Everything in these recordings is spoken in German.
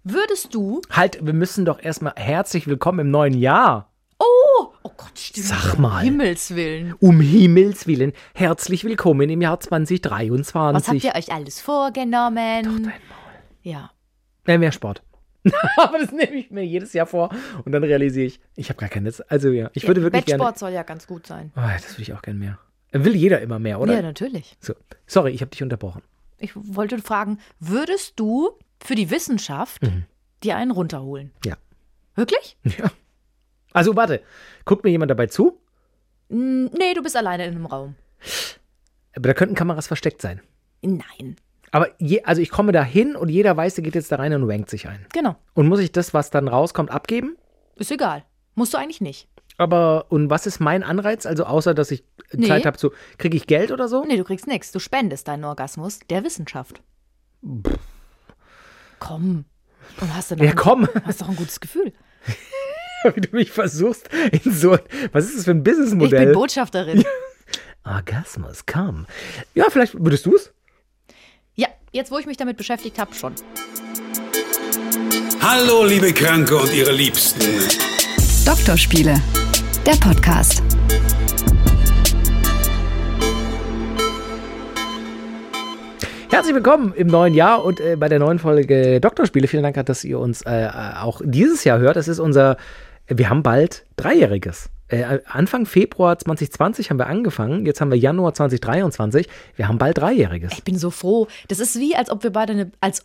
würdest du... Halt, wir müssen doch erstmal herzlich willkommen im neuen Jahr. Oh Gott, stimmt. Sag mal. Um Himmels Willen. Um Himmels Willen, herzlich willkommen im Jahr 2023. Was habt ihr euch alles vorgenommen? Doch dein Maul. Ja. Mehr Sport. Aber das nehme ich mir jedes Jahr vor und dann realisiere ich habe gar keine. Also ja, ich würde wirklich gerne. Bettsport soll ja ganz gut sein. Oh, das würde ich auch gerne mehr. Will jeder immer mehr, oder? Ja, natürlich. So. Sorry, ich habe dich unterbrochen. Ich wollte fragen, würdest du für die Wissenschaft dir einen runterholen? Ja. Wirklich? Ja. Also warte, guckt mir jemand dabei zu? Nee, du bist alleine in einem Raum. Aber da könnten Kameras versteckt sein. Nein. Aber also ich komme da hin und jeder weiß, der geht jetzt da rein und wankt sich ein. Genau. Und muss ich das, was dann rauskommt, abgeben? Ist egal. Musst du eigentlich nicht. Aber, und was ist mein Anreiz? Also außer, dass ich Zeit habe kriege ich Geld oder so? Nee, du kriegst nichts. Du spendest deinen Orgasmus der Wissenschaft. Komm. Und hast du noch hast doch ein gutes Gefühl. Wie du mich versuchst in so, was ist das für ein Businessmodell? Ich bin Botschafterin. Orgasmus, komm. Ja, vielleicht würdest du es? Ja, jetzt wo ich mich damit beschäftigt habe, schon. Hallo, liebe Kranke und ihre Liebsten. Doktorspiele, der Podcast. Herzlich willkommen im neuen Jahr und bei der neuen Folge Doktorspiele. Vielen Dank, dass ihr uns auch dieses Jahr hört. Wir haben bald Dreijähriges. Anfang Februar 2020 haben wir angefangen, jetzt haben wir Januar 2023, wir haben bald Dreijähriges. Ich bin so froh. Das ist wie, als ob wir beide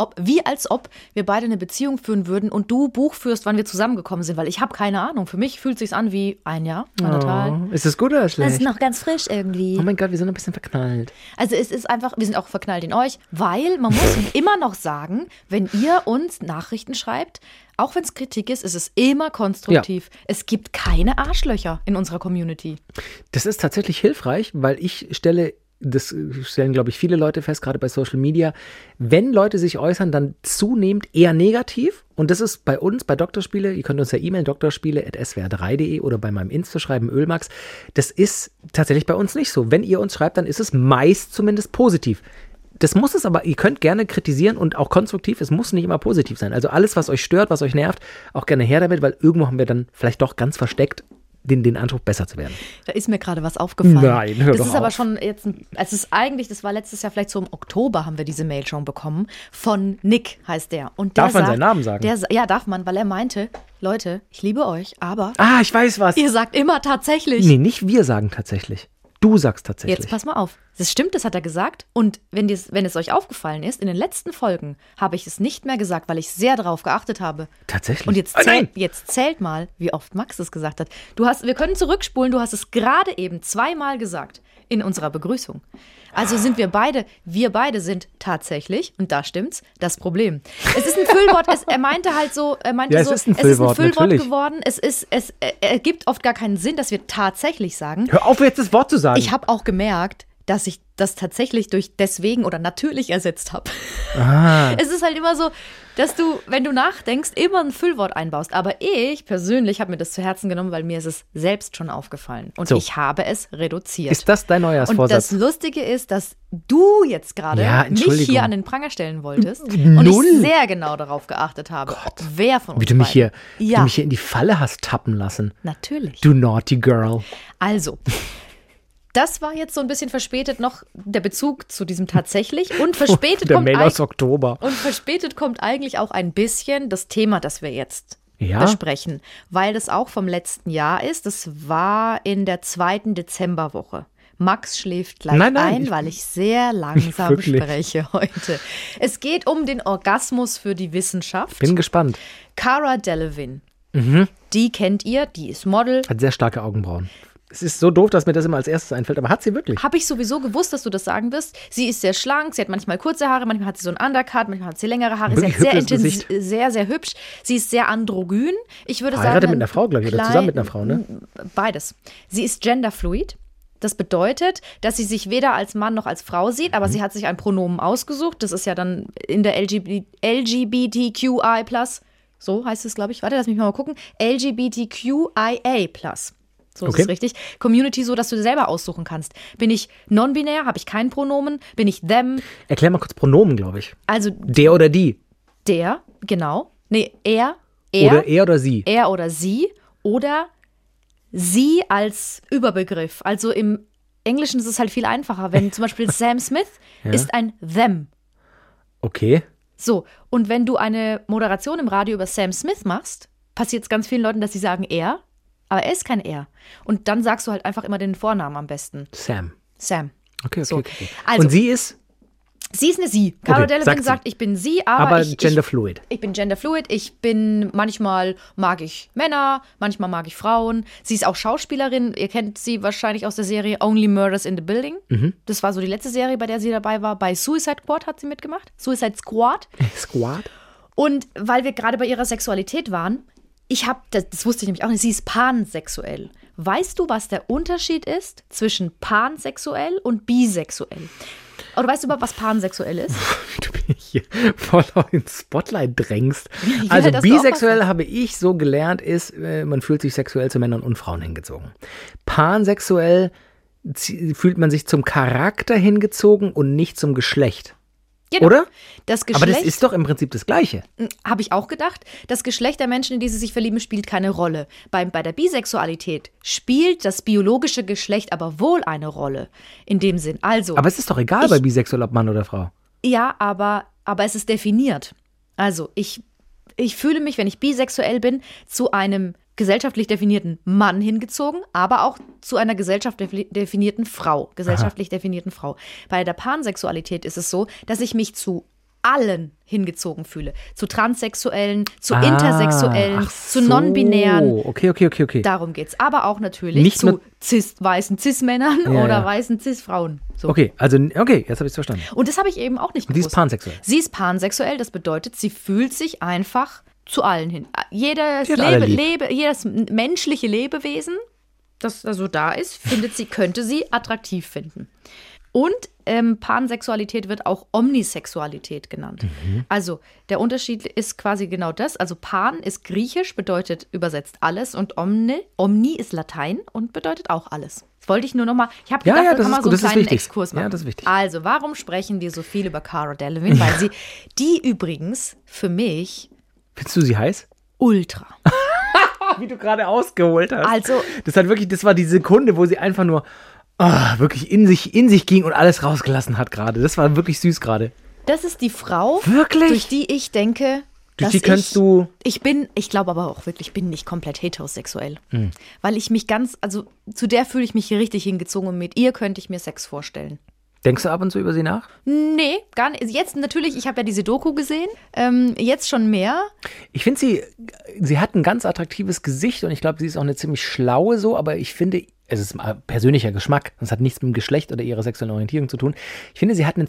eine Beziehung führen würden und du Buch führst, wann wir zusammengekommen sind, weil ich habe keine Ahnung. Für mich fühlt es sich an wie ein Jahr, anderthalb. Oh, ist es gut oder schlecht? Das ist noch ganz frisch irgendwie. Oh mein Gott, wir sind ein bisschen verknallt. Also es ist einfach, wir sind auch verknallt in euch, weil man muss immer noch sagen, wenn ihr uns Nachrichten schreibt, auch wenn es Kritik ist, ist es immer konstruktiv. Ja. Es gibt keine Arschlöcher in unserer Community. Das ist tatsächlich hilfreich, weil das stellen, glaube ich, viele Leute fest, gerade bei Social Media, wenn Leute sich äußern, dann zunehmend eher negativ. Und das ist bei uns, bei Doktorspiele, ihr könnt uns ja e-mailen, doktorspiele@swr3.de oder bei meinem Insta schreiben, Ölmax. Das ist tatsächlich bei uns nicht so. Wenn ihr uns schreibt, dann ist es meist zumindest positiv. Das muss es aber, ihr könnt gerne kritisieren und auch konstruktiv, es muss nicht immer positiv sein. Also alles, was euch stört, was euch nervt, auch gerne her damit, weil irgendwo haben wir dann vielleicht doch ganz versteckt den Anspruch, besser zu werden. Da ist mir gerade was aufgefallen. Nein, hör doch Das ist auf. Aber schon jetzt, das war letztes Jahr vielleicht so im Oktober, haben wir diese Mail schon bekommen, von Nick heißt der. Und der darf man seinen Namen sagen? Ja, darf man, weil er meinte, Leute, ich liebe euch, aber ich weiß was. Ihr sagt immer tatsächlich. Nee, nicht wir sagen tatsächlich. Du sagst tatsächlich. Jetzt pass mal auf. Das stimmt, das hat er gesagt. Und wenn es euch aufgefallen ist, in den letzten Folgen habe ich es nicht mehr gesagt, weil ich sehr darauf geachtet habe. Tatsächlich? Und jetzt zählt mal, wie oft Max es gesagt hat. Wir können zurückspulen, du hast es gerade eben 2-mal gesagt in unserer Begrüßung. Also sind wir beide sind tatsächlich, und da stimmt's, das Problem. Es ist ein Füllwort, es ist ein Füllwort natürlich geworden. Es ergibt oft gar keinen Sinn, dass wir tatsächlich sagen. Hör auf, jetzt das Wort zu sagen. Ich habe auch gemerkt, dass ich das tatsächlich durch deswegen oder natürlich ersetzt habe. Es ist halt immer so, dass du, wenn du nachdenkst, immer ein Füllwort einbaust. Aber ich persönlich habe mir das zu Herzen genommen, weil mir ist es selbst schon aufgefallen. Und ich habe es reduziert. Ist das dein Neujahrsvorsatz? Und das Lustige ist, dass du jetzt gerade mich hier an den Pranger stellen wolltest. Und ich sehr genau darauf geachtet habe, wer von uns wie du mich hier in die Falle hast tappen lassen. Natürlich. Du naughty girl. Also, das war jetzt so ein bisschen verspätet noch der Bezug zu diesem tatsächlich und verspätet der Mail aus Oktober. Und verspätet kommt eigentlich auch ein bisschen das Thema, das wir jetzt besprechen, weil das auch vom letzten Jahr ist. Das war in der 2. Dezemberwoche. Max schläft gleich ein, weil ich sehr langsam spreche heute. Es geht um den Orgasmus für die Wissenschaft. Bin gespannt. Cara Delevingne. Die kennt ihr, die ist Model. Hat sehr starke Augenbrauen. Es ist so doof, dass mir das immer als erstes einfällt, aber hat sie wirklich? Habe ich sowieso gewusst, dass du das sagen wirst. Sie ist sehr schlank, sie hat manchmal kurze Haare, manchmal hat sie so einen Undercut, manchmal hat sie längere Haare. Sie hat sehr, sehr hübsch. Sie ist sehr androgyn. Ich würde sagen, mit einer Frau, glaube ich, oder zusammen mit einer Frau, ne? Beides. Sie ist genderfluid. Das bedeutet, dass sie sich weder als Mann noch als Frau sieht, aber sie hat sich ein Pronomen ausgesucht. Das ist ja dann in der LGBTQI+. So heißt es, glaube ich. Warte, lass mich mal gucken. LGBTQIA+. So ist es richtig. Community, so dass du dir selber aussuchen kannst. Bin ich non-binär, habe ich kein Pronomen? Bin ich them? Erklär mal kurz Pronomen, glaube ich. Also der oder die. Der, genau. Nee, er. Oder er oder sie. Er oder sie oder sie als Überbegriff. Also im Englischen ist es halt viel einfacher. Wenn zum Beispiel Sam Smith ist ein them. Okay. So, und wenn du eine Moderation im Radio über Sam Smith machst, passiert es ganz vielen Leuten, dass sie sagen er, aber er ist kein er. Und dann sagst du halt einfach immer den Vornamen am besten. Sam. Okay. So. Also, und sie ist? Sie ist eine sie. Cara Delevingne sagt, ich bin sie, aber genderfluid. Ich bin genderfluid. Manchmal mag ich Männer, manchmal mag ich Frauen. Sie ist auch Schauspielerin. Ihr kennt sie wahrscheinlich aus der Serie Only Murders in the Building. Das war so die letzte Serie, bei der sie dabei war. Bei Suicide Squad hat sie mitgemacht. Suicide Squad. Und weil wir gerade bei ihrer Sexualität waren, das wusste ich nämlich auch nicht, sie ist pansexuell. Weißt du, was der Unterschied ist zwischen pansexuell und bisexuell? Oder weißt du überhaupt, was pansexuell ist? Du mich hier voll ins Spotlight drängst. Ja, Also bisexuell habe ich so gelernt, ist, man fühlt sich sexuell zu Männern und Frauen hingezogen. Pansexuell fühlt man sich zum Charakter hingezogen und nicht zum Geschlecht. Genau. Oder? Das Geschlecht, aber das ist doch im Prinzip das Gleiche. Habe ich auch gedacht. Das Geschlecht der Menschen, in die sie sich verlieben, spielt keine Rolle. Bei der Bisexualität spielt das biologische Geschlecht aber wohl eine Rolle. In dem Sinn. Also. Aber es ist doch egal bei bisexuell, ob Mann oder Frau. Ja, aber es ist definiert. Also, ich fühle mich, wenn ich bisexuell bin, zu einem gesellschaftlich definierten Mann hingezogen, aber auch zu einer gesellschaftlich definierten Frau. Bei der Pansexualität ist es so, dass ich mich zu allen hingezogen fühle. Zu Transsexuellen, zu Intersexuellen, zu Non-Binären. Okay. Darum geht's. Aber auch natürlich nicht zu weißen Cis-Männern oder weißen Cis-Frauen. So. Okay, jetzt habe ich es verstanden. Und das habe ich eben auch nicht gewusst. Sie ist pansexuell. Sie ist pansexuell, das bedeutet, sie fühlt sich einfach zu allen hin. Jedes menschliche Lebewesen, das da so da ist, könnte sie attraktiv finden. Und Pansexualität wird auch Omnisexualität genannt. Also der Unterschied ist quasi genau das. Also Pan ist griechisch, bedeutet übersetzt alles, und Omni ist Latein und bedeutet auch alles. Das wollte ich nur noch mal, ich habe gedacht, da kann man so einen kleinen Exkurs machen. Ja, das ist wichtig. Also warum sprechen wir so viel über Cara Delevingne? Weil die übrigens für mich findest du sie heiß? Ultra. Wie du gerade ausgeholt hast. Also, das war die Sekunde, wo sie einfach nur wirklich in sich ging und alles rausgelassen hat gerade. Das war wirklich süß gerade. Das ist die Frau, wirklich? Durch die ich denke, durch die kannst du. Ich glaube aber auch wirklich, ich bin nicht komplett heterosexuell. Weil ich mich zu der fühle ich mich hier richtig hingezogen und mit ihr könnte ich mir Sex vorstellen. Denkst du ab und zu über sie nach? Nee, gar nicht. Jetzt natürlich, ich habe ja diese Doku gesehen, jetzt schon mehr. Ich finde, sie hat ein ganz attraktives Gesicht und ich glaube, sie ist auch eine ziemlich schlaue so, aber ich finde, es ist ein persönlicher Geschmack, das hat nichts mit dem Geschlecht oder ihrer sexuellen Orientierung zu tun. Ich finde, sie hat einen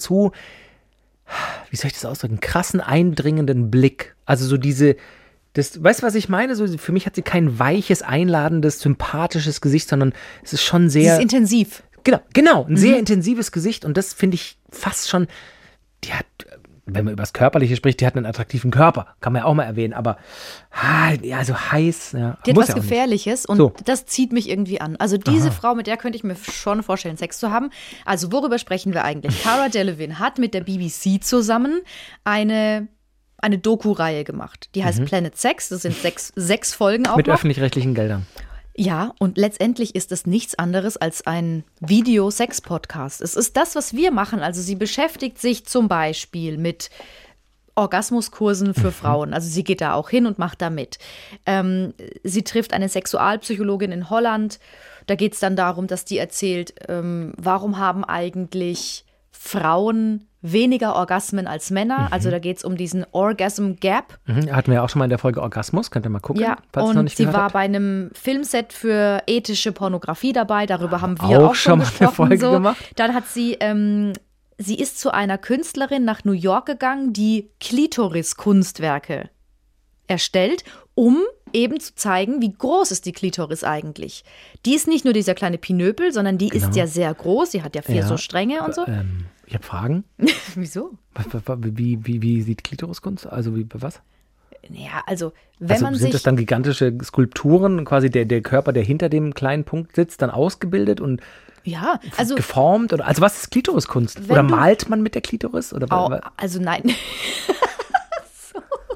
wie soll ich das ausdrücken, krassen, eindringenden Blick. Also so weißt du, was ich meine? So, für mich hat sie kein weiches, einladendes, sympathisches Gesicht, sondern es ist schon sehr. Sie ist intensiv. Genau, ein sehr intensives Gesicht und das finde ich fast schon, die hat, wenn man über das Körperliche spricht, die hat einen attraktiven Körper, kann man ja auch mal erwähnen, aber so heiß. Ja, die hat was Gefährliches und das zieht mich irgendwie an. Also diese Frau, mit der könnte ich mir schon vorstellen, Sex zu haben. Also worüber sprechen wir eigentlich? Cara Delevingne hat mit der BBC zusammen eine Doku-Reihe gemacht. Die heißt Planet Sex, das sind sechs Folgen auch mit öffentlich-rechtlichen Geldern. Ja, und letztendlich ist das nichts anderes als ein Video-Sex-Podcast. Es ist das, was wir machen. Also sie beschäftigt sich zum Beispiel mit Orgasmuskursen für Frauen. Also sie geht da auch hin und macht da mit. Sie trifft eine Sexualpsychologin in Holland. Da geht es dann darum, dass die erzählt, warum haben eigentlich Frauen weniger Orgasmen als Männer. Also da geht es um diesen Orgasm Gap. Hatten wir ja auch schon mal in der Folge Orgasmus, könnt ihr mal gucken. Ja, falls und sie war bei einem Filmset für ethische Pornografie dabei. Darüber haben wir auch schon gesprochen. Mal eine Folge gemacht. Dann hat sie ist zu einer Künstlerin nach New York gegangen, die Klitoris-Kunstwerke erstellt, um eben zu zeigen, wie groß ist die Klitoris eigentlich. Die ist nicht nur dieser kleine Pinöpel, sondern die ist ja sehr groß. Sie hat ja 4 so Stränge und so. Ich habe Fragen. Wieso? Wie sieht Klitoriskunst? Also was? Ja, also wenn man sind das dann gigantische Skulpturen, quasi der Körper, der hinter dem kleinen Punkt sitzt, dann ausgebildet und geformt? Oder also was ist Klitoriskunst? Oder malt man mit der Klitoris? Oder also nein.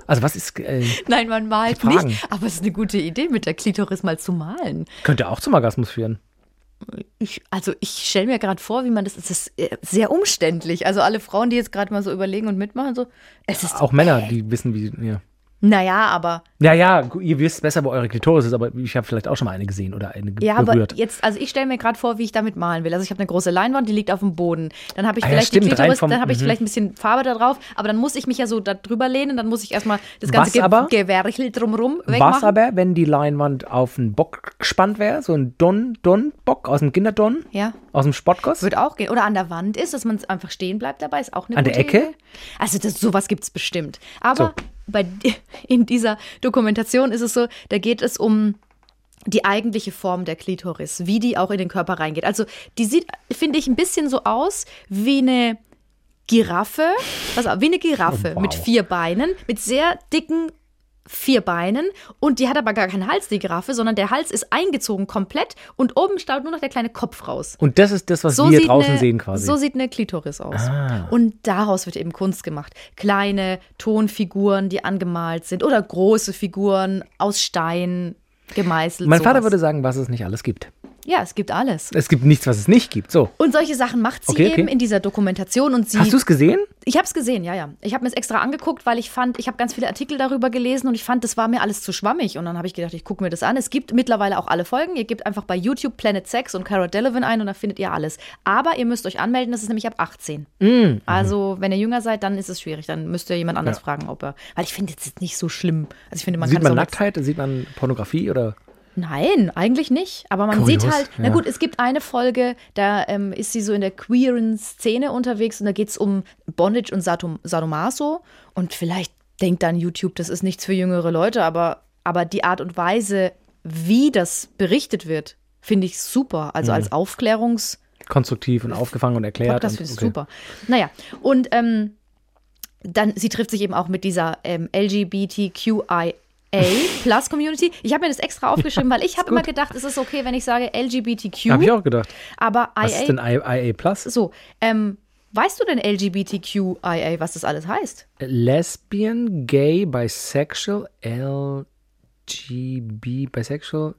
Also was ist... Nein, man malt Fragen. nicht. Aber es ist eine gute Idee, mit der Klitoris mal zu malen. Könnte auch zum Orgasmus führen. Ich stelle mir gerade vor, wie man das... Es ist sehr umständlich. Also alle Frauen, die jetzt gerade mal so überlegen und mitmachen, so... Es ist Auch Männer, die wissen, wie... Ja. Naja, aber... Ja, ihr wisst besser, wo eure Klitoris ist, aber ich habe vielleicht auch schon mal eine gesehen oder eine Ja, berührt. aber jetzt, also ich stelle mir gerade vor, wie ich damit malen will. Also ich habe eine große Leinwand, die liegt auf dem Boden. Dann habe ich vielleicht stimmt, die Klitoris, rein dann habe ich vom- vielleicht ein bisschen Farbe da drauf, aber dann muss ich mich ja so da drüber lehnen, dann muss ich erstmal das ganze Was aber? Gewerchel drumrum Was wegmachen. aber, wenn die Leinwand auf einen Bock gespannt wäre, so ein Don-Bock aus dem Kinderdon, Ja. aus dem Sportkurs? Wird auch gehen. Oder an der Wand ist, dass man einfach stehen bleibt dabei, ist auch eine An gute der Ecke? Idee. Also sowas gibt es bestimmt. Aber in dieser Dokumentation ist es so, da geht es um die eigentliche Form der Klitoris, wie die auch in den Körper reingeht. Also die sieht, finde ich, ein bisschen so aus wie eine Giraffe, wie eine Giraffe Oh, wow. mit 4 Beinen, mit sehr dicken 4 Beinen und die hat aber gar keinen Hals, die Giraffe, sondern der Hals ist eingezogen komplett und oben staut nur noch der kleine Kopf raus. Und das ist das, was So wir sieht draußen eine, sehen quasi. So sieht eine Klitoris aus. Und daraus wird eben Kunst gemacht. Kleine Tonfiguren, die angemalt sind oder große Figuren aus Stein gemeißelt. Mein Vater sowas. würde sagen, was es nicht alles gibt. Ja, es gibt alles. Es gibt nichts, was es nicht gibt. So. Und solche Sachen macht sie Okay. eben in dieser Dokumentation. Und Hast du es gesehen? Ich habe es gesehen, ja. Ich habe mir es extra angeguckt, weil ich habe ganz viele Artikel darüber gelesen und ich fand, das war mir alles zu schwammig. Und dann habe ich gedacht, ich gucke mir das an. Es gibt mittlerweile auch alle Folgen. Ihr gebt einfach bei YouTube Planet Sex und Cara Delevingne ein und da findet ihr alles. Aber ihr müsst euch anmelden, das ist nämlich ab 18. Also, wenn ihr jünger seid, dann ist es schwierig. Dann müsst ihr jemand anders fragen, ob er. Weil ich finde, es ist nicht so schlimm. Also, ich finde, man Sieht kann man so Nacktheit? Sieht man Pornografie? Oder? Nein, eigentlich nicht. Aber man Kurios, sieht halt, na ja. gut, es gibt eine Folge, da ist sie so in der queeren Szene unterwegs und da geht es um Bondage und Sadomaso. Und vielleicht denkt dann YouTube, das ist nichts für jüngere Leute, aber die Art und Weise, wie das berichtet wird, finde ich super. Also als Aufklärungs- Konstruktiv und aufgefangen und erklärt. Podcast und, finde ich super. Naja, und dann, sie trifft sich eben auch mit dieser LGBTQIA-Plus-Community. Ich habe mir das extra aufgeschrieben, weil ich habe immer gedacht, es ist okay, wenn ich sage LGBTQ. Habe ich auch gedacht. Aber Was ist denn IA Plus? So, weißt du denn LGBTQIA, was das alles heißt? Lesbian, Gay, Bisexual, Bisexual,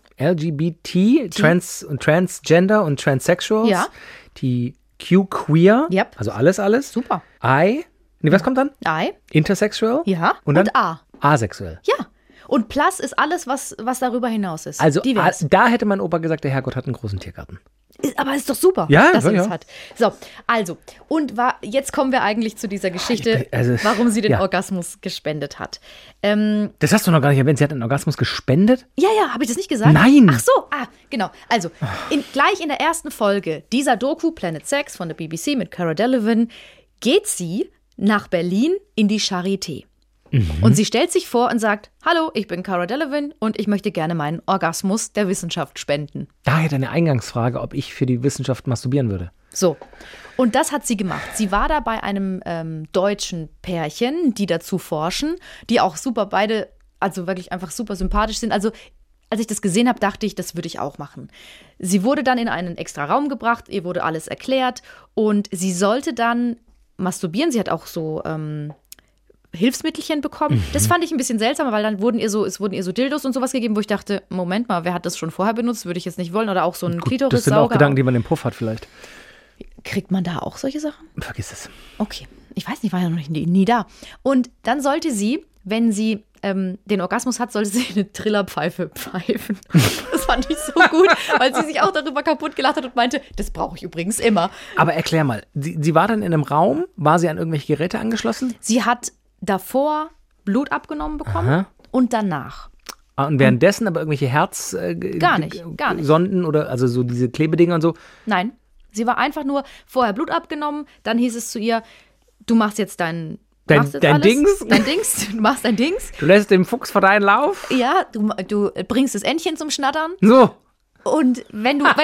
LGBT, Transgender und Transsexuals. Ja. Die Q-Queer. Yep. Also alles. Super. Was kommt dann? I, Intersexual. ja, Und dann A. Asexuell. Ja. Und Plus ist alles, was darüber hinaus ist. Also Divers. da hätte mein Opa gesagt, der Herrgott hat einen großen Tiergarten. Aber ist doch super, Ja, dass sie ja. das hat. So, also, und jetzt kommen wir eigentlich zu dieser Geschichte, warum sie den ja. Orgasmus gespendet hat. Das hast du noch gar nicht erwähnt. Sie hat einen Orgasmus gespendet? Ja, habe ich das nicht gesagt? Nein. Ach so, genau. Also, gleich in der ersten Folge dieser Doku Planet Sex von der BBC mit Cara Delevingne geht sie nach Berlin in die Charité. Und sie stellt sich vor und sagt, hallo, ich bin Cara Delevingne und ich möchte gerne meinen Orgasmus der Wissenschaft spenden. Daher eine Eingangsfrage, ob ich für die Wissenschaft masturbieren würde. So, und das hat sie gemacht. Sie war da bei einem deutschen Pärchen, die dazu forschen, die auch beide, also wirklich einfach super sympathisch sind. Also, als ich das gesehen habe, dachte ich, das würde ich auch machen. Sie wurde dann in einen extra Raum gebracht, ihr wurde alles erklärt und sie sollte dann masturbieren. Sie hat auch so Hilfsmittelchen bekommen. Das fand ich ein bisschen seltsam, weil dann wurden ihr so Dildos und sowas gegeben, wo ich dachte, Moment mal, wer hat das schon vorher benutzt? Würde ich jetzt nicht wollen. Oder auch so ein Klitorissauger. Das sind auch Gedanken, die man im Puff hat vielleicht. Kriegt man da auch solche Sachen? Vergiss es. Okay, ich weiß nicht, war ja noch nie da. Und dann sollte sie, wenn sie den Orgasmus hat, sollte sie eine Trillerpfeife pfeifen. Das fand ich so gut, weil sie sich auch darüber kaputt gelacht hat und meinte, das brauche ich übrigens immer. Aber erklär mal, sie war dann in einem Raum, war sie an irgendwelche Geräte angeschlossen? Sie hat davor Blut abgenommen bekommen Aha. und danach. Und währenddessen aber irgendwelche Gar nicht. Sonden oder also so diese Klebedinger und so? Nein, sie war einfach nur vorher Blut abgenommen, dann hieß es zu ihr, du machst jetzt dein Dings? du machst dein Dings. Du lässt den Fuchs vor deinen Lauf? Ja, du bringst das Entchen zum Schnattern. So. Und wenn du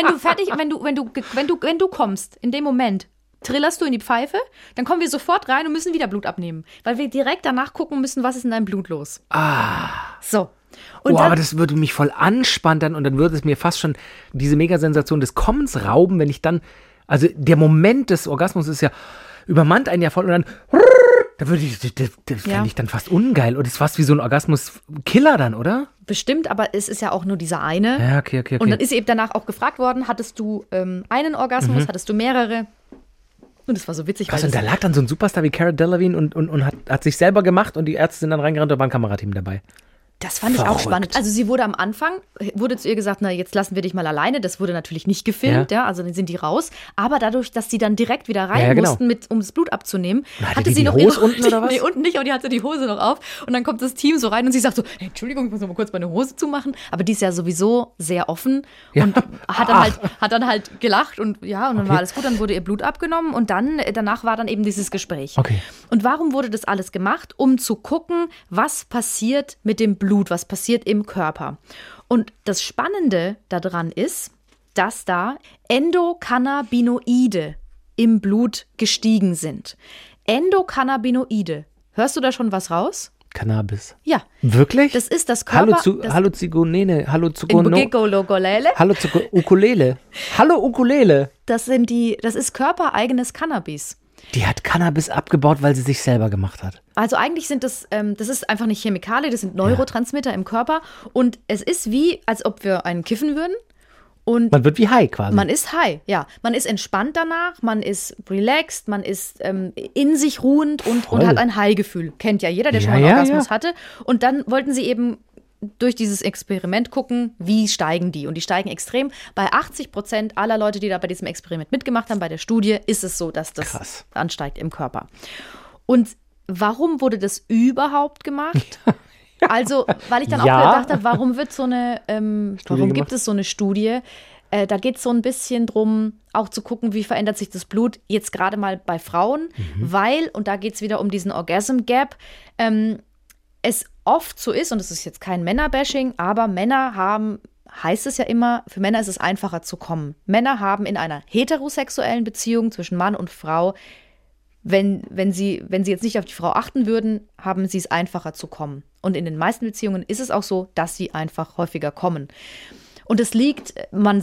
kommst, in dem Moment, trillerst du in die Pfeife, dann kommen wir sofort rein und müssen wieder Blut abnehmen. Weil wir direkt danach gucken müssen, was ist in deinem Blut los. So. Und Aber das würde mich voll anspannen dann und dann würde es mir fast schon diese Megasensation des Kommens rauben, wenn ich dann, also der Moment des Orgasmus ist ja, übermannt einen ja voll und dann Da würde das fände ich dann fast ungeil. Und das ist fast wie so ein Orgasmus-Killer dann, oder? Bestimmt, aber es ist ja auch nur dieser eine. Ja, okay. Und dann ist eben danach auch gefragt worden, hattest du einen Orgasmus, hattest du mehrere? Und das war so witzig. Krass, und da lag dann so ein Superstar wie Cara Delevingne und hat sich selber gemacht und die Ärzte sind dann reingerannt, da war ein Kamerateam dabei. Das fand ich auch spannend. Also sie wurde am Anfang, wurde zu ihr gesagt, na jetzt lassen wir dich mal alleine. Das wurde natürlich nicht gefilmt, ja, also dann sind die raus. Aber dadurch, dass sie dann direkt wieder rein mussten, um das Blut abzunehmen, hatte sie noch Hose unten oder was? Nee, unten nicht, aber die hatte die Hose noch auf. Und dann kommt das Team so rein und sie sagt so, hey, Entschuldigung, ich muss noch mal kurz meine Hose zumachen. Aber die ist ja sowieso sehr offen und hat dann halt gelacht und dann war alles gut. Dann wurde ihr Blut abgenommen und danach war dann eben dieses Gespräch. Okay. Und warum wurde das alles gemacht? Um zu gucken, was passiert mit dem Blut, was passiert im Körper. Und das Spannende daran ist, dass da Endokannabinoide im Blut gestiegen sind. Endokannabinoide. Hörst du da schon was raus? Cannabis. Ja. Wirklich? Das ist das Körper... Ukulele. Hallo Ukulele. Das ist körpereigenes Cannabis. Die hat Cannabis abgebaut, weil sie sich selber gemacht hat. Also eigentlich sind das ist einfach nicht Chemikalien, das sind Neurotransmitter im Körper. Und es ist wie, als ob wir einen kiffen würden. Und man wird wie high quasi. Man ist high, ja. Man ist entspannt danach, man ist relaxed, man ist in sich ruhend und hat ein High-Gefühl. Kennt ja jeder, der schon mal einen Orgasmus hatte. Und dann wollten sie eben durch dieses Experiment gucken, wie steigen die. Und die steigen extrem. Bei 80% aller Leute, die da bei diesem Experiment mitgemacht haben, bei der Studie, ist es so, dass das ansteigt im Körper. Und warum wurde das überhaupt gemacht? Also, weil ich dann auch gedacht habe, warum gibt es so eine Studie? Da geht es so ein bisschen drum, auch zu gucken, wie verändert sich das Blut jetzt gerade mal bei Frauen, weil, und da geht es wieder um diesen Orgasm Gap, es oft so ist, und das ist jetzt kein Männerbashing, aber Männer haben, heißt es ja immer, für Männer ist es einfacher zu kommen. Männer haben in einer heterosexuellen Beziehung zwischen Mann und Frau, wenn sie jetzt nicht auf die Frau achten würden, haben sie es einfacher zu kommen. Und in den meisten Beziehungen ist es auch so, dass sie einfach häufiger kommen. Und es liegt,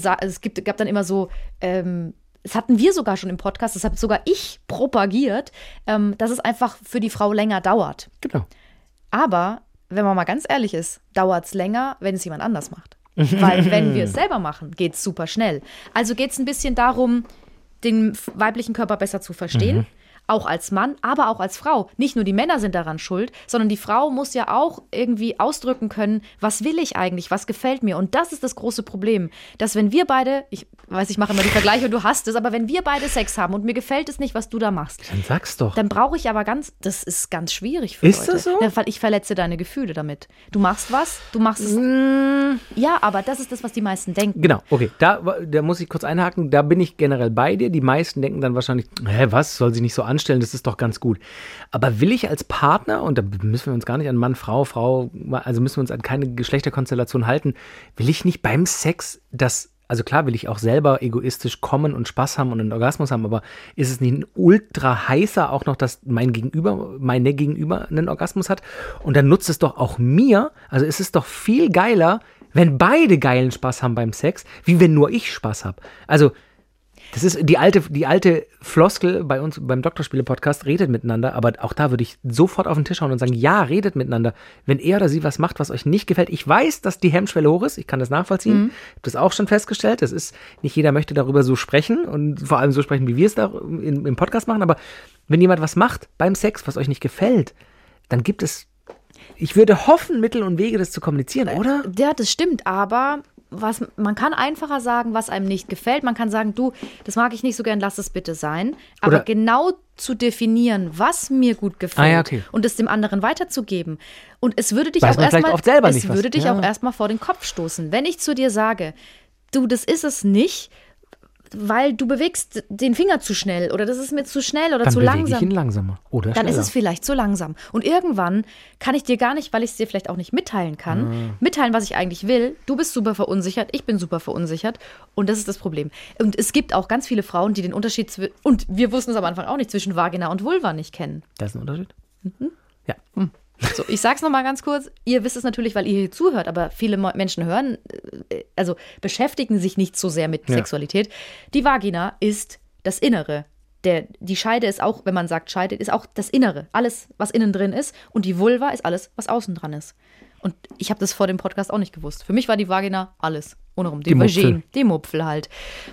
gab dann immer so, das hatten wir sogar schon im Podcast, das habe sogar ich propagiert, dass es einfach für die Frau länger dauert. Genau. Aber, wenn man mal ganz ehrlich ist, dauert es länger, wenn es jemand anders macht. Weil wenn wir es selber machen, geht es super schnell. Also geht es ein bisschen darum, den weiblichen Körper besser zu verstehen. Auch als Mann, aber auch als Frau. Nicht nur die Männer sind daran schuld, sondern die Frau muss ja auch irgendwie ausdrücken können, was will ich eigentlich, was gefällt mir. Und das ist das große Problem, dass wenn wir beide, ich weiß, ich mache immer die Vergleiche und du hast es, aber wenn wir beide Sex haben und mir gefällt es nicht, was du da machst, dann sag's doch. Dann brauche ich aber das ist ganz schwierig für Leute. Ist das so? Ja, weil ich verletze deine Gefühle damit. Du machst was, du machst es. Ja, aber das ist das, was die meisten denken. Genau, okay, da muss ich kurz einhaken, da bin ich generell bei dir. Die meisten denken dann wahrscheinlich, was, soll sie nicht so anstellen, das ist doch ganz gut. Aber will ich als Partner, und da müssen wir uns gar nicht an Mann, Frau, also müssen wir uns an keine Geschlechterkonstellation halten, will ich nicht beim Sex also klar will ich auch selber egoistisch kommen und Spaß haben und einen Orgasmus haben, aber ist es nicht ein ultra heißer auch noch, dass meine Gegenüber einen Orgasmus hat? Und dann nutzt es doch auch mir, also ist es doch viel geiler, wenn beide geilen Spaß haben beim Sex, wie wenn nur ich Spaß habe. Also das ist die alte Floskel bei uns beim Doktorspiele-Podcast, redet miteinander, aber auch da würde ich sofort auf den Tisch hauen und sagen, ja, redet miteinander. Wenn er oder sie was macht, was euch nicht gefällt, ich weiß, dass die Hemmschwelle hoch ist, ich kann das nachvollziehen, ich habe das auch schon festgestellt, das ist, nicht jeder möchte darüber so sprechen und vor allem so sprechen, wie wir es da im Podcast machen, aber wenn jemand was macht beim Sex, was euch nicht gefällt, dann gibt es, ich würde hoffen, Mittel und Wege, das zu kommunizieren, oder? Ja, das stimmt, aber man kann einfacher sagen, was einem nicht gefällt. Man kann sagen, du, das mag ich nicht so gern, lass es bitte sein. Aber oder genau zu definieren, was mir gut gefällt und es dem anderen weiterzugeben. Und es würde dich auch erstmal vor den Kopf stoßen. Wenn ich zu dir sage, du, das ist es nicht, weil du bewegst den Finger zu schnell oder das ist mir zu schnell oder dann zu langsam. Ich ihn langsamer oder dann schneller. Ist es vielleicht zu langsam. Und irgendwann kann ich dir gar nicht, weil ich es dir vielleicht auch nicht mitteilen kann, mitteilen, was ich eigentlich will. Du bist super verunsichert, ich bin super verunsichert und das ist das Problem. Und es gibt auch ganz viele Frauen, die den Unterschied und wir wussten es am Anfang auch nicht, zwischen Vagina und Vulva nicht kennen. Das ist ein Unterschied? Ja. So, ich sag's nochmal ganz kurz. Ihr wisst es natürlich, weil ihr hier zuhört, aber viele Menschen beschäftigen sich nicht so sehr mit Sexualität. Die Vagina ist das Innere die Scheide ist auch, wenn man sagt Scheide, ist auch das Innere. Alles, was innen drin ist. Und die Vulva ist alles, was außen dran ist. Und ich habe das vor dem Podcast auch nicht gewusst. Für mich war die Vagina alles. Ohne rum. Die Mupfel. Die Mupfel halt.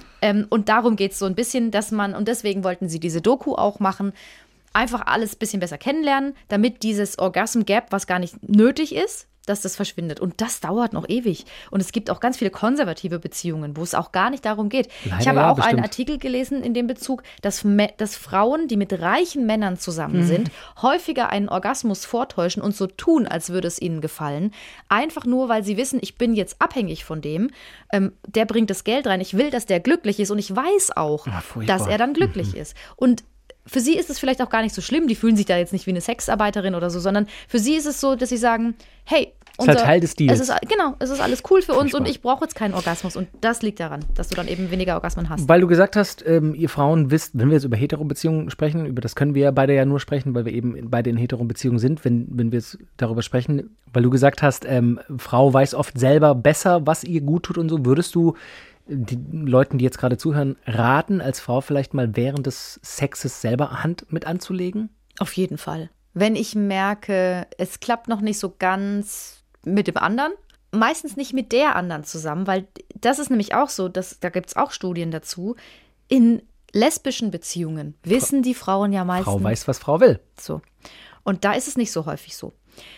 Und darum geht es so ein bisschen, dass man, und deswegen wollten sie diese Doku auch machen, einfach alles ein bisschen besser kennenlernen, damit dieses Orgasm Gap, was gar nicht nötig ist, dass das verschwindet. Und das dauert noch ewig. Und es gibt auch ganz viele konservative Beziehungen, wo es auch gar nicht darum geht. Leider, ich habe ja, auch bestimmt. einen Artikel gelesen in dem Bezug, dass Frauen, die mit reichen Männern zusammen sind, häufiger einen Orgasmus vortäuschen und so tun, als würde es ihnen gefallen. Einfach nur, weil sie wissen, ich bin jetzt abhängig von dem. Der bringt das Geld rein. Ich will, dass der glücklich ist. Und ich weiß auch, dass er dann glücklich ist. Und für sie ist es vielleicht auch gar nicht so schlimm, die fühlen sich da jetzt nicht wie eine Sexarbeiterin oder so, sondern für sie ist es so, dass sie sagen, hey, ist halt Teil des Deals. es ist alles cool für uns und ich brauche jetzt keinen Orgasmus. Und das liegt daran, dass du dann eben weniger Orgasmen hast. Weil du gesagt hast, ihr Frauen wisst, wenn wir jetzt über Hetero-Beziehungen sprechen, über das können wir ja beide ja nur sprechen, weil wir eben beide in Hetero-Beziehungen sind, wenn wir jetzt darüber sprechen, weil du gesagt hast, Frau weiß oft selber besser, was ihr gut tut und so, würdest du die Leuten, die jetzt gerade zuhören, raten, als Frau vielleicht mal während des Sexes selber Hand mit anzulegen? Auf jeden Fall. Wenn ich merke, es klappt noch nicht so ganz mit dem anderen, meistens nicht mit der anderen zusammen, weil das ist nämlich auch so, da gibt es auch Studien dazu, in lesbischen Beziehungen wissen die Frauen ja meistens. Frau weiß, was Frau will. So. Und da ist es nicht so häufig so.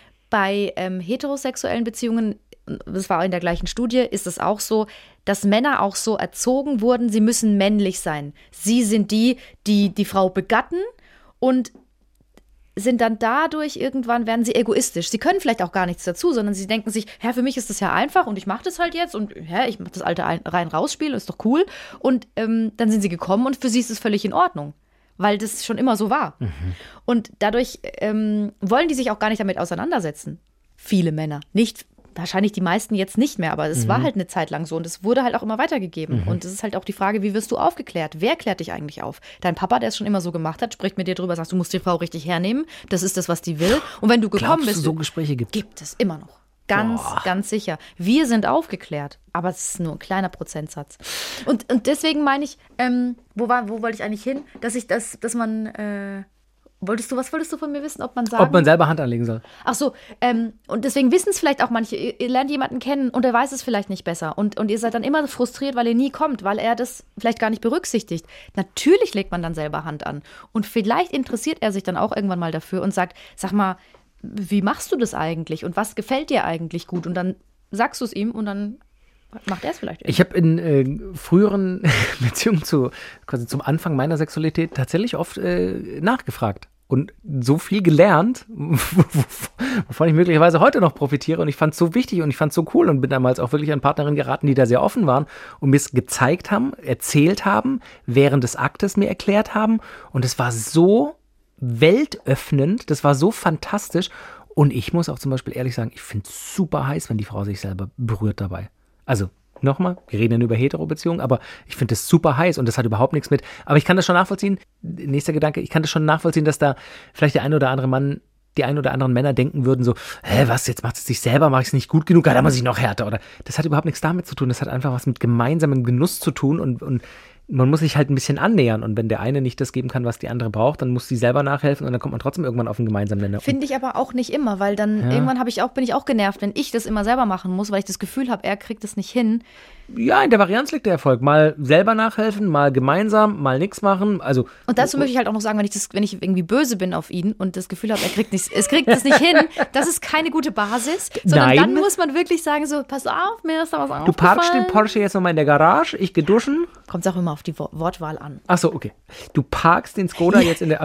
Bei heterosexuellen Beziehungen, das war in der gleichen Studie, ist es auch so, dass Männer auch so erzogen wurden, sie müssen männlich sein. Sie sind die Frau begatten und sind dann dadurch irgendwann, werden sie egoistisch. Sie können vielleicht auch gar nichts dazu, sondern sie denken sich, für mich ist das ja einfach und ich mache das halt jetzt und ich mache das alte Rein-Raus-Spiel, ist doch cool. Und dann sind sie gekommen und für sie ist es völlig in Ordnung, weil das schon immer so war. Und dadurch wollen die sich auch gar nicht damit auseinandersetzen. Viele Männer. Wahrscheinlich die meisten jetzt nicht mehr, aber es war halt eine Zeit lang so und es wurde halt auch immer weitergegeben. Und es ist halt auch die Frage, wie wirst du aufgeklärt? Wer klärt dich eigentlich auf? Dein Papa, der es schon immer so gemacht hat, spricht mit dir drüber, sagt, du musst die Frau richtig hernehmen. Das ist das, was die will. Und wenn du gekommen bist, so Gespräche gibt es immer noch. Ganz sicher. Wir sind aufgeklärt, aber es ist nur ein kleiner Prozentsatz. Und deswegen meine ich, wo wollte ich eigentlich hin? Dass man was wolltest du von mir wissen, ob man selber Hand anlegen soll. Ach so, und deswegen wissen es vielleicht auch manche, ihr lernt jemanden kennen und er weiß es vielleicht nicht besser und ihr seid dann immer frustriert, weil ihr nie kommt, weil er das vielleicht gar nicht berücksichtigt. Natürlich legt man dann selber Hand an und vielleicht interessiert er sich dann auch irgendwann mal dafür und sagt, sag mal, wie machst du das eigentlich und was gefällt dir eigentlich gut? Und dann sagst du es ihm und dann macht er es vielleicht irgendwie. Ich habe in früheren Beziehungen quasi zum Anfang meiner Sexualität tatsächlich oft nachgefragt und so viel gelernt, wovon ich möglicherweise heute noch profitiere und ich fand es so wichtig und ich fand es so cool und bin damals auch wirklich an Partnerinnen geraten, die da sehr offen waren und mir es gezeigt haben, erzählt haben, während des Aktes mir erklärt haben und es war so weltöffnend, das war so fantastisch und ich muss auch zum Beispiel ehrlich sagen, ich finde es super heiß, wenn die Frau sich selber berührt dabei. Also, nochmal, wir reden ja nur über Hetero-Beziehungen, aber ich finde das super heiß und das hat überhaupt nichts mit, aber ich kann das schon nachvollziehen, nächster Gedanke, ich kann das schon nachvollziehen, dass da vielleicht der ein oder andere Mann, die ein oder anderen Männer denken würden so, was, jetzt macht es sich selber, mache ich es nicht gut genug, da muss ich noch härter, oder das hat überhaupt nichts damit zu tun, das hat einfach was mit gemeinsamem Genuss zu tun und man muss sich halt ein bisschen annähern und wenn der eine nicht das geben kann, was die andere braucht, dann muss sie selber nachhelfen und dann kommt man trotzdem irgendwann auf einen gemeinsamen Nenner. Finde ich aber auch nicht immer, weil dann irgendwann bin ich auch genervt, wenn ich das immer selber machen muss, weil ich das Gefühl habe, er kriegt das nicht hin. Ja, in der Varianz liegt der Erfolg. Mal selber nachhelfen, mal gemeinsam, mal nichts machen. Also, und dazu möchte ich halt auch noch sagen, wenn ich irgendwie böse bin auf ihn und das Gefühl habe, es kriegt das nicht hin, das ist keine gute Basis, sondern dann muss man wirklich sagen so, pass auf, mir ist da was aufgefallen. Du parkst den Porsche jetzt nochmal in der Garage, ich gehe duschen. Kommt es auch immer auf die Wortwahl an. Ach so, okay. Du parkst den Skoda jetzt in der,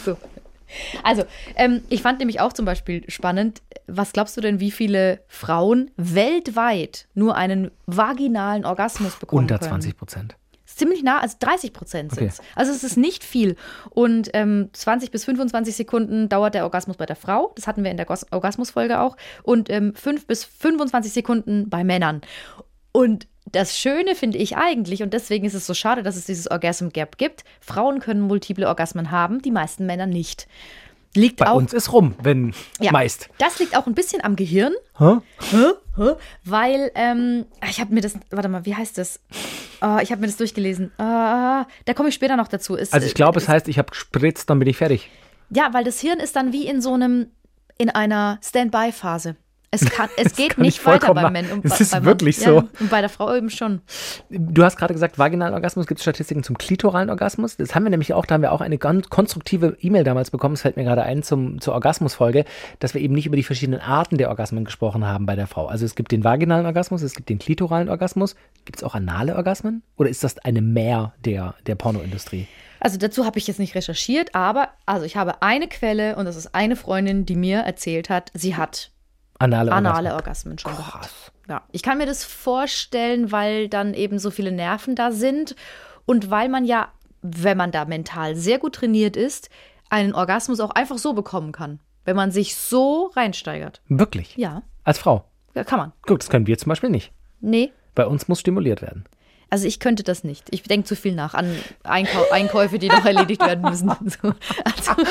Also, ich fand nämlich auch zum Beispiel spannend, was glaubst du denn, wie viele Frauen weltweit nur einen vaginalen Orgasmus bekommen unter können? 20%. Ziemlich nah, also 30% sind es. Okay. Also es ist nicht viel. Und 20 bis 25 Sekunden dauert der Orgasmus bei der Frau. Das hatten wir in der Orgasmusfolge auch. Und 5 bis 25 Sekunden bei Männern. Und das Schöne finde ich eigentlich, und deswegen ist es so schade, dass es dieses Orgasm Gap gibt, Frauen können multiple Orgasmen haben, die meisten Männer nicht. Bei uns ist rum, wenn meist. Das liegt auch ein bisschen am Gehirn, weil, ich habe mir das, warte mal, wie heißt das? Ich habe mir das durchgelesen. Da komme ich später noch dazu. Also ich glaube, es heißt, ich habe gespritzt, dann bin ich fertig. Ja, weil das Hirn ist dann wie in einer Standby-Phase. Es geht nicht weiter beim Mann. Das ist wirklich so. Ja, und bei der Frau eben schon. Du hast gerade gesagt, vaginalen Orgasmus, gibt es Statistiken zum klitoralen Orgasmus? Das haben wir nämlich auch, da haben wir auch eine ganz konstruktive E-Mail damals bekommen, es fällt mir gerade ein, zur Orgasmusfolge, dass wir eben nicht über die verschiedenen Arten der Orgasmen gesprochen haben bei der Frau. Also es gibt den vaginalen Orgasmus, es gibt den klitoralen Orgasmus. Gibt es auch anale Orgasmen? Oder ist das eine Mehr der Pornoindustrie? Also dazu habe ich jetzt nicht recherchiert, aber ich habe eine Quelle und das ist eine Freundin, die mir erzählt hat, sie hat Anale Orgasmen schon gehabt. Ja, ich kann mir das vorstellen, weil dann eben so viele Nerven da sind und weil man ja, wenn man da mental sehr gut trainiert ist, einen Orgasmus auch einfach so bekommen kann, wenn man sich so reinsteigert. Wirklich? Ja. Als Frau? Ja, kann man. Gut, das können wir zum Beispiel nicht. Nee. Bei uns muss stimuliert werden. Also ich könnte das nicht. Ich denke zu viel nach an Einkäufe, die noch erledigt werden müssen. So. Also.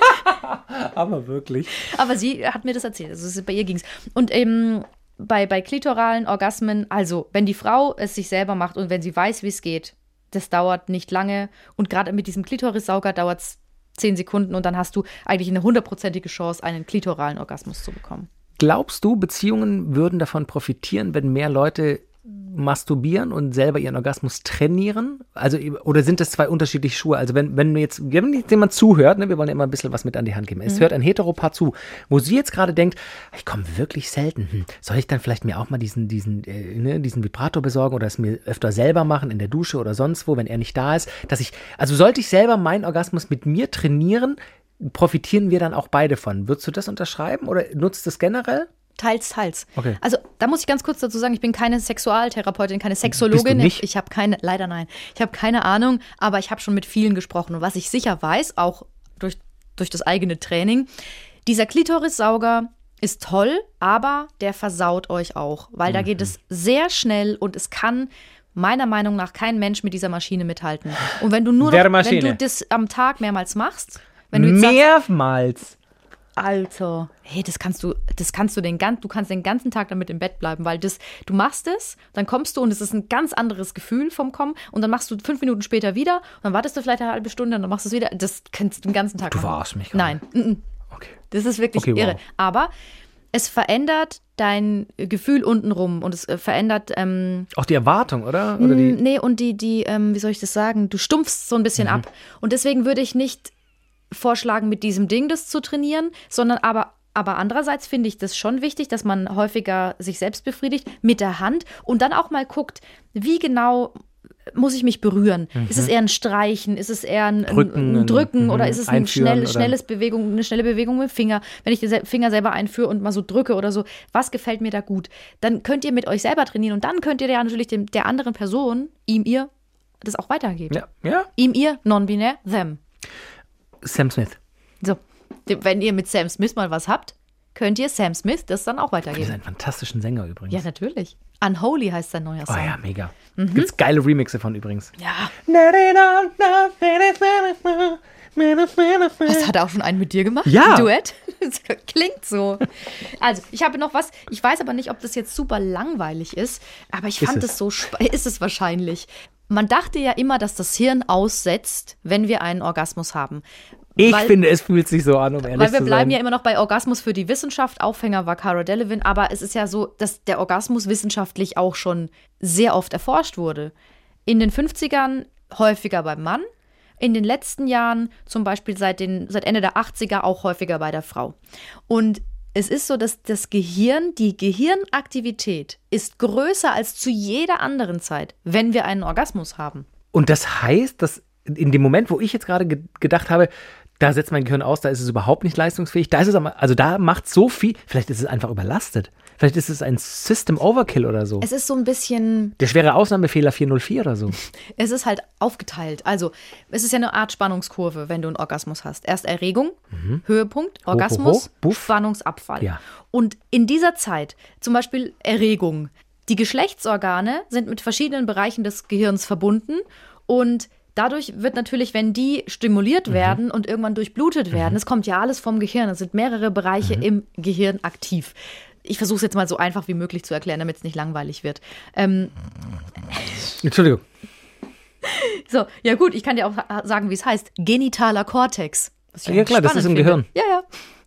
Aber wirklich. Aber sie hat mir das erzählt. Also bei ihr ging es. Und bei klitoralen Orgasmen, also wenn die Frau es sich selber macht und wenn sie weiß, wie es geht, das dauert nicht lange. Und gerade mit diesem Klitorissauger dauert es 10 Sekunden und dann hast du eigentlich eine 100%ige Chance, einen klitoralen Orgasmus zu bekommen. Glaubst du, Beziehungen würden davon profitieren, wenn mehr Leute masturbieren und selber ihren Orgasmus trainieren? Also, oder sind das zwei unterschiedliche Schuhe? Also wenn jetzt jemand zuhört, ne, wir wollen ja immer ein bisschen was mit an die Hand geben. Es hört ein Heteropaar zu, wo sie jetzt gerade denkt, ich komme wirklich selten. Soll ich dann vielleicht mir auch mal diesen Vibrator besorgen oder es mir öfter selber machen in der Dusche oder sonst wo, wenn er nicht da ist? Also sollte ich selber meinen Orgasmus mit mir trainieren, profitieren wir dann auch beide von. Würdest du das unterschreiben oder nutzt es generell? Teils. Okay. Also da muss ich ganz kurz dazu sagen, ich bin keine Sexualtherapeutin, keine Sexologin. Bist du nicht? Ich habe leider nein. Ich habe keine Ahnung, aber ich habe schon mit vielen gesprochen. Und was ich sicher weiß, auch durch das eigene Training, dieser Klitorissauger ist toll, aber der versaut euch auch. Weil da geht es sehr schnell und es kann meiner Meinung nach kein Mensch mit dieser Maschine mithalten. Und wenn du wenn du das am Tag mehrmals machst, wenn du jetzt mehrmals. Alter, hey, du kannst den ganzen Tag damit im Bett bleiben, weil du machst es, dann kommst du und es ist ein ganz anderes Gefühl vom Kommen und dann machst du 5 Minuten später wieder und dann wartest du vielleicht eine halbe Stunde und dann machst du es wieder. Das kannst du den ganzen Tag machen. Du verarschst mich gerade. Nein. Okay. Das ist wirklich irre. Wow. Aber es verändert dein Gefühl untenrum und es verändert auch die Erwartung, oder? Nee, und die wie soll ich das sagen? Du stumpfst so ein bisschen ab. Und deswegen würde ich nicht vorschlagen, mit diesem Ding das zu trainieren, sondern aber andererseits finde ich das schon wichtig, dass man häufiger sich selbst befriedigt mit der Hand und dann auch mal guckt, wie genau muss ich mich berühren? Ist es eher ein Streichen? Ist es eher ein Drücken? Oder ist es eine schnelle Bewegung mit dem Finger? Wenn ich den Finger selber einführe und mal so drücke oder so, was gefällt mir da gut? Dann könnt ihr mit euch selber trainieren und dann könnt ihr ja natürlich der anderen Person, ihm, ihr, das auch weitergeben. Ja. Ihm, ihr, non-binär, them. Sam Smith. So, wenn ihr mit Sam Smith mal was habt, könnt ihr Sam Smith das dann auch weitergeben. Er ist ein fantastischen Sänger übrigens. Ja, natürlich. Unholy heißt sein neuer Song. Oh ja, mega. Gibt's geile Remixe von übrigens. Ja. Was, hat er auch schon einen mit dir gemacht? Ja. Ein Duett? Das klingt so. Also, ich habe noch was. Ich weiß aber nicht, ob das jetzt super langweilig ist, aber ich fand es so spannend. Ist es wahrscheinlich. Man dachte ja immer, dass das Hirn aussetzt, wenn wir einen Orgasmus haben. Ich finde, es fühlt sich so an, um ehrlich zu sein. Weil wir bleiben ja immer noch bei Orgasmus für die Wissenschaft. Aufhänger war Cara Delevingne. Aber es ist ja so, dass der Orgasmus wissenschaftlich auch schon sehr oft erforscht wurde. In den 50ern häufiger beim Mann. In den letzten Jahren, zum Beispiel seit Ende der 80er, auch häufiger bei der Frau. Und es ist so, dass die Gehirnaktivität ist größer als zu jeder anderen Zeit, wenn wir einen Orgasmus haben. Und das heißt, dass in dem Moment, wo ich jetzt gerade gedacht habe, da setzt mein Gehirn aus, da ist es überhaupt nicht leistungsfähig, da macht so viel, vielleicht ist es einfach überlastet. Vielleicht ist es ein System Overkill oder so. Es ist so ein bisschen... Der schwere Ausnahmefehler 404 oder so. Es ist halt aufgeteilt. Also, es ist ja eine Art Spannungskurve, wenn du einen Orgasmus hast. Erst Erregung, Höhepunkt, Orgasmus, Spannungsabfall. Ja. Und in dieser Zeit, zum Beispiel Erregung, die Geschlechtsorgane sind mit verschiedenen Bereichen des Gehirns verbunden und dadurch wird natürlich, wenn die stimuliert werden und irgendwann durchblutet werden, es kommt ja alles vom Gehirn, es sind mehrere Bereiche im Gehirn aktiv. Ich versuche es jetzt mal so einfach wie möglich zu erklären, damit es nicht langweilig wird. Entschuldigung. So, ja gut, ich kann dir auch sagen, wie es heißt. Genitaler Kortex. Ja klar, das ist im Gehirn. Ja.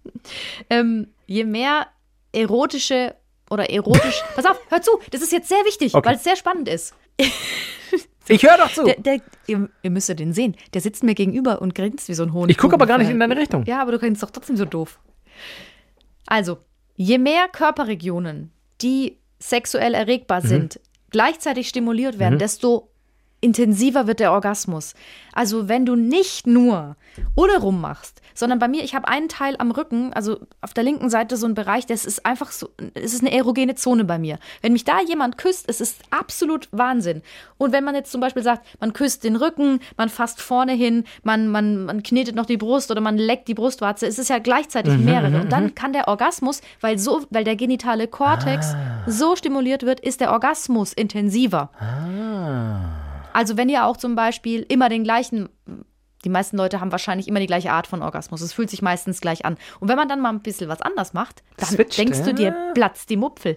Je mehr erotisch, pass auf, hör zu, das ist jetzt sehr wichtig, Okay. weil es sehr spannend ist. Ich höre doch zu. Ihr müsst ja den sehen. Der sitzt mir gegenüber und grinst wie so ein Honig. Ich gucke aber gar nicht in deine Richtung. Ja, aber du grinst doch trotzdem so doof. Also, je mehr Körperregionen, die sexuell erregbar sind, gleichzeitig stimuliert werden, desto intensiver wird der Orgasmus. Also wenn du nicht nur ohne rum machst, sondern bei mir, ich habe einen Teil am Rücken, also auf der linken Seite so ein Bereich, das ist einfach so, es ist eine erogene Zone bei mir. Wenn mich da jemand küsst, es ist absolut Wahnsinn. Und wenn man jetzt zum Beispiel sagt, man küsst den Rücken, man fasst vorne hin, man knetet noch die Brust oder man leckt die Brustwarze, es ist ja gleichzeitig mehrere. Und dann kann der Orgasmus, weil der genitale Kortex so stimuliert wird, ist der Orgasmus intensiver. Also wenn ihr auch zum Beispiel immer die meisten Leute haben wahrscheinlich immer die gleiche Art von Orgasmus. Es fühlt sich meistens gleich an. Und wenn man dann mal ein bisschen was anders macht, dann Switcht, denkst du dir, platzt die Mupfel.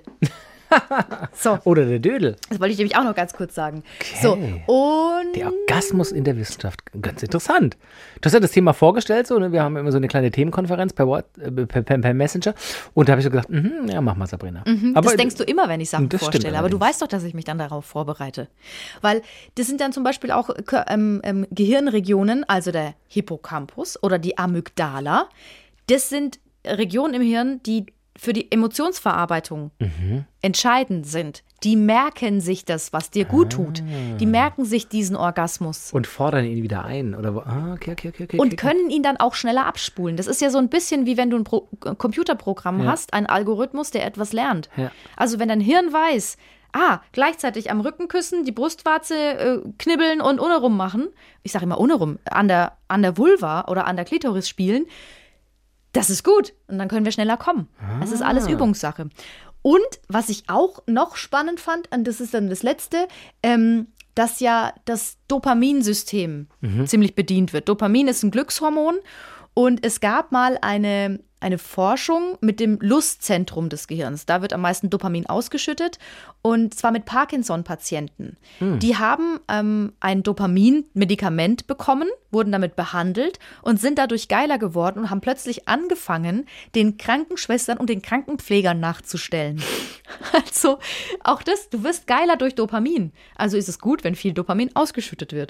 So, Oder der Dödel. das wollte ich nämlich auch noch ganz kurz sagen. Okay. So, und Der Orgasmus in der Wissenschaft. Ganz interessant. Du hast ja das Thema vorgestellt, so, ne? Wir haben immer so eine kleine Themenkonferenz per Messenger. Und da habe ich so gedacht, ja, mach mal, Sabrina. das denkst du immer, wenn ich Sachen das stimmt vorstelle. Aber du allerdings. weißt doch, dass ich mich dann darauf vorbereite. Weil das sind dann zum Beispiel auch Gehirnregionen, also der Hippocampus oder die Amygdala. Das sind Regionen im Hirn, die für die Emotionsverarbeitung entscheidend sind. Die merken sich das, was dir gut tut. Die merken sich diesen Orgasmus. Und fordern ihn wieder ein. Oder okay. Und können ihn dann auch schneller abspulen. Das ist ja so ein bisschen wie wenn du ein Computerprogramm hast, ein Algorithmus, der etwas lernt. Ja. Also wenn dein Hirn weiß, gleichzeitig am Rücken küssen, die Brustwarze knibbeln und ohne rum machen, ich sage immer ohne rum, an der Vulva oder an der Klitoris spielen, das ist gut. Und dann können wir schneller kommen. Das ist alles Übungssache. Und was ich auch noch spannend fand, und das ist dann das Letzte, dass ja das Dopaminsystem ziemlich bedient wird. Dopamin ist ein Glückshormon und es gab mal eine Forschung mit dem Lustzentrum des Gehirns. Da wird am meisten Dopamin ausgeschüttet und zwar mit Parkinson-Patienten. Die haben ein Dopamin-Medikament bekommen, wurden damit behandelt und sind dadurch geiler geworden und haben plötzlich angefangen, den Krankenschwestern und den Krankenpflegern nachzustellen. Also auch das, du wirst geiler durch Dopamin. Also ist es gut, wenn viel Dopamin ausgeschüttet wird.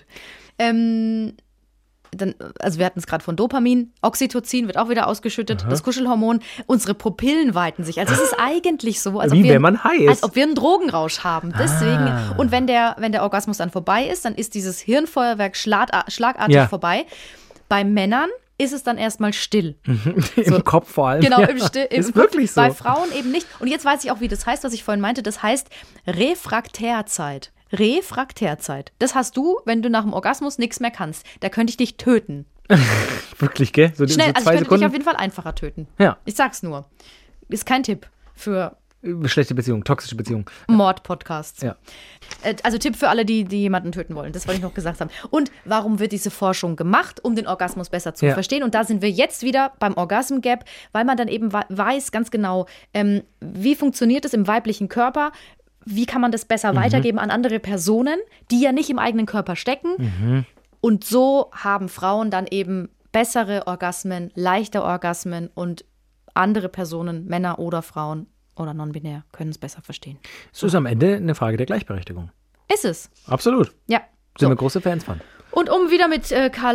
Also wir hatten es gerade von Dopamin, Oxytocin wird auch wieder ausgeschüttet, das Kuschelhormon, unsere Pupillen weiten sich. Also es ist eigentlich so, als ob wir einen Drogenrausch haben. Deswegen, und wenn der Orgasmus dann vorbei ist, dann ist dieses Hirnfeuerwerk schlagartig vorbei. Bei Männern ist es dann erstmal still. Im Kopf vor allem. Genau, ja. Ist wirklich so. Bei Frauen eben nicht. Und jetzt weiß ich auch, wie das heißt, was ich vorhin meinte. Das heißt Refraktärzeit. Refraktärzeit. Das hast du, wenn du nach dem Orgasmus nichts mehr kannst. Da könnte ich dich töten. Wirklich, gell? So Schnell, so also 2 ich könnte Sekunden. dich auf jeden Fall einfacher töten. Ja. Ich sag's nur. Ist kein Tipp für Schlechte Beziehung, toxische Beziehung. Mord-Podcasts. Ja. Also Tipp für alle, die jemanden töten wollen. Das wollte ich noch gesagt haben. Und warum wird diese Forschung gemacht? Um den Orgasmus besser zu verstehen. Und da sind wir jetzt wieder beim Orgasm Gap, weil man dann eben weiß ganz genau, wie funktioniert es im weiblichen Körper. Wie kann man das besser weitergeben an andere Personen, die ja nicht im eigenen Körper stecken? Und so haben Frauen dann eben bessere Orgasmen, leichter Orgasmen und andere Personen, Männer oder Frauen oder non-binär, können es besser verstehen. Es ist am Ende eine Frage der Gleichberechtigung. Ist es. Absolut. Ja. Sind wir große Fans von. Und um wieder mit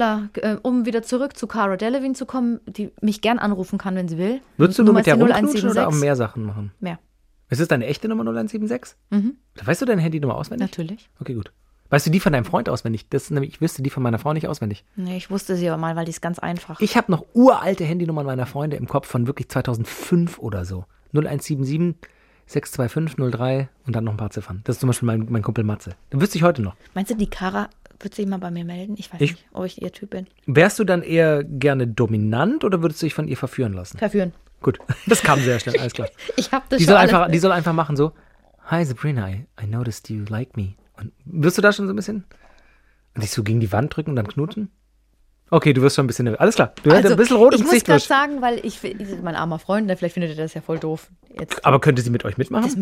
um wieder zurück zu Cara Delevingne zu kommen, die mich gern anrufen kann, wenn sie will. Würdest du nur mit der Nummer ist die rumknutschen oder auch 0176. mehr Sachen machen? Mehr. Ist das deine echte Nummer 0176? Weißt du deine Handynummer auswendig? Natürlich. Okay, gut. Weißt du die von deinem Freund auswendig? Das ist nämlich, ich wüsste die von meiner Frau nicht auswendig. Nee, ich wusste sie aber mal, weil die ist ganz einfach. Ich habe noch uralte Handynummern meiner Freunde im Kopf von wirklich 2005 oder so. 0177 625 03 und dann noch ein paar Ziffern. Das ist zum Beispiel mein Kumpel Matze. Den wüsste ich heute noch. Meinst du, die Cara wird sich mal bei mir melden? Ich weiß Ich- nicht, ob ich ihr Typ bin. Wärst du dann eher gerne dominant oder würdest du dich von ihr verführen lassen? Verführen. Gut, das kam sehr schnell, alles klar. Ich hab das Die schon soll einfach machen so, Hi Sabrina, I noticed you like me. Und wirst du da schon so ein bisschen? Und dich so gegen die Wand drücken und dann knutschen? Okay, du wirst schon ein bisschen nervös. Alles klar, du hast ein bisschen rot im ich muss Gesicht gerade durch. sagen, weil mein armer Freund, vielleicht findet er das ja voll doof. Jetzt, Aber könnte sie mit euch mitmachen?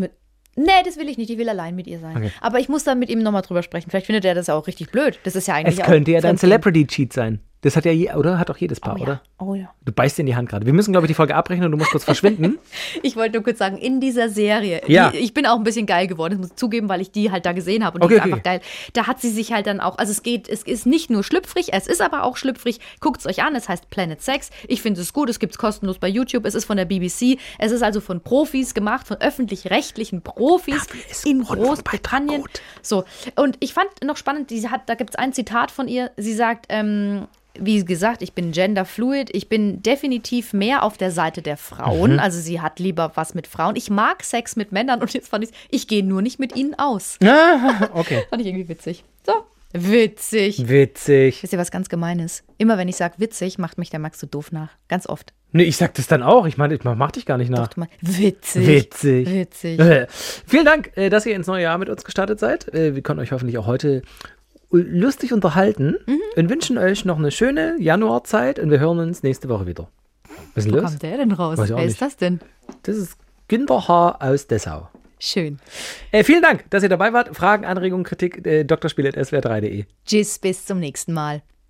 Nee, das will ich nicht. Ich will allein mit ihr sein. Okay. Aber ich muss dann mit ihm nochmal drüber sprechen. Vielleicht findet er das auch richtig blöd. Das ist ja eigentlich Es auch könnte ja dein Fremdgehen. Celebrity-Cheat sein. Das hat ja oder? Hat auch jedes Paar, Oh oder? ja. Oh ja. Du beißt dir in die Hand gerade. Wir müssen, glaube ich, die Folge abbrechen und du musst kurz verschwinden. Ich wollte nur kurz sagen, in dieser Serie, Ja. ich bin auch ein bisschen geil geworden, das muss ich zugeben, weil ich die halt da gesehen habe und Okay, die ist okay. einfach geil. Da hat sie sich halt dann auch, also es ist nicht nur schlüpfrig, es ist aber auch schlüpfrig. Guckt es euch an, es heißt Planet Sex. Ich finde es gut, es gibt es kostenlos bei YouTube, es ist von der BBC, es ist also von Profis gemacht, von öffentlich-rechtlichen Profis Dafür ist in Rundfunkbeitrag Großbritannien. gut. So, und ich fand noch spannend, da gibt es ein Zitat von ihr, sie sagt, wie gesagt, ich bin genderfluid, ich bin definitiv mehr auf der Seite der Frauen, also sie hat lieber was mit Frauen. Ich mag Sex mit Männern und jetzt fand ich gehe nur nicht mit ihnen aus. Okay. Fand ich irgendwie witzig. So, witzig. Witzig. Wisst ihr, was ganz Gemeines? Immer wenn ich sage witzig, macht mich der Max so doof nach. Ganz oft. Nee, ich sag das dann auch. Ich meine, ich mach dich gar nicht nach. Doch, du mal, witzig. Witzig. Witzig. Vielen Dank, dass ihr ins neue Jahr mit uns gestartet seid. Wir konnten euch hoffentlich auch heute lustig unterhalten und wünschen euch noch eine schöne Januarzeit und wir hören uns nächste Woche wieder. Was ist denn Wo los? kommt der denn raus? Weiß ich auch Wer nicht. ist das denn? Das ist Günter H. aus Dessau. Schön. Vielen Dank, dass ihr dabei wart. Fragen, Anregungen, Kritik, drspiele@swr3.de. Tschüss, bis zum nächsten Mal.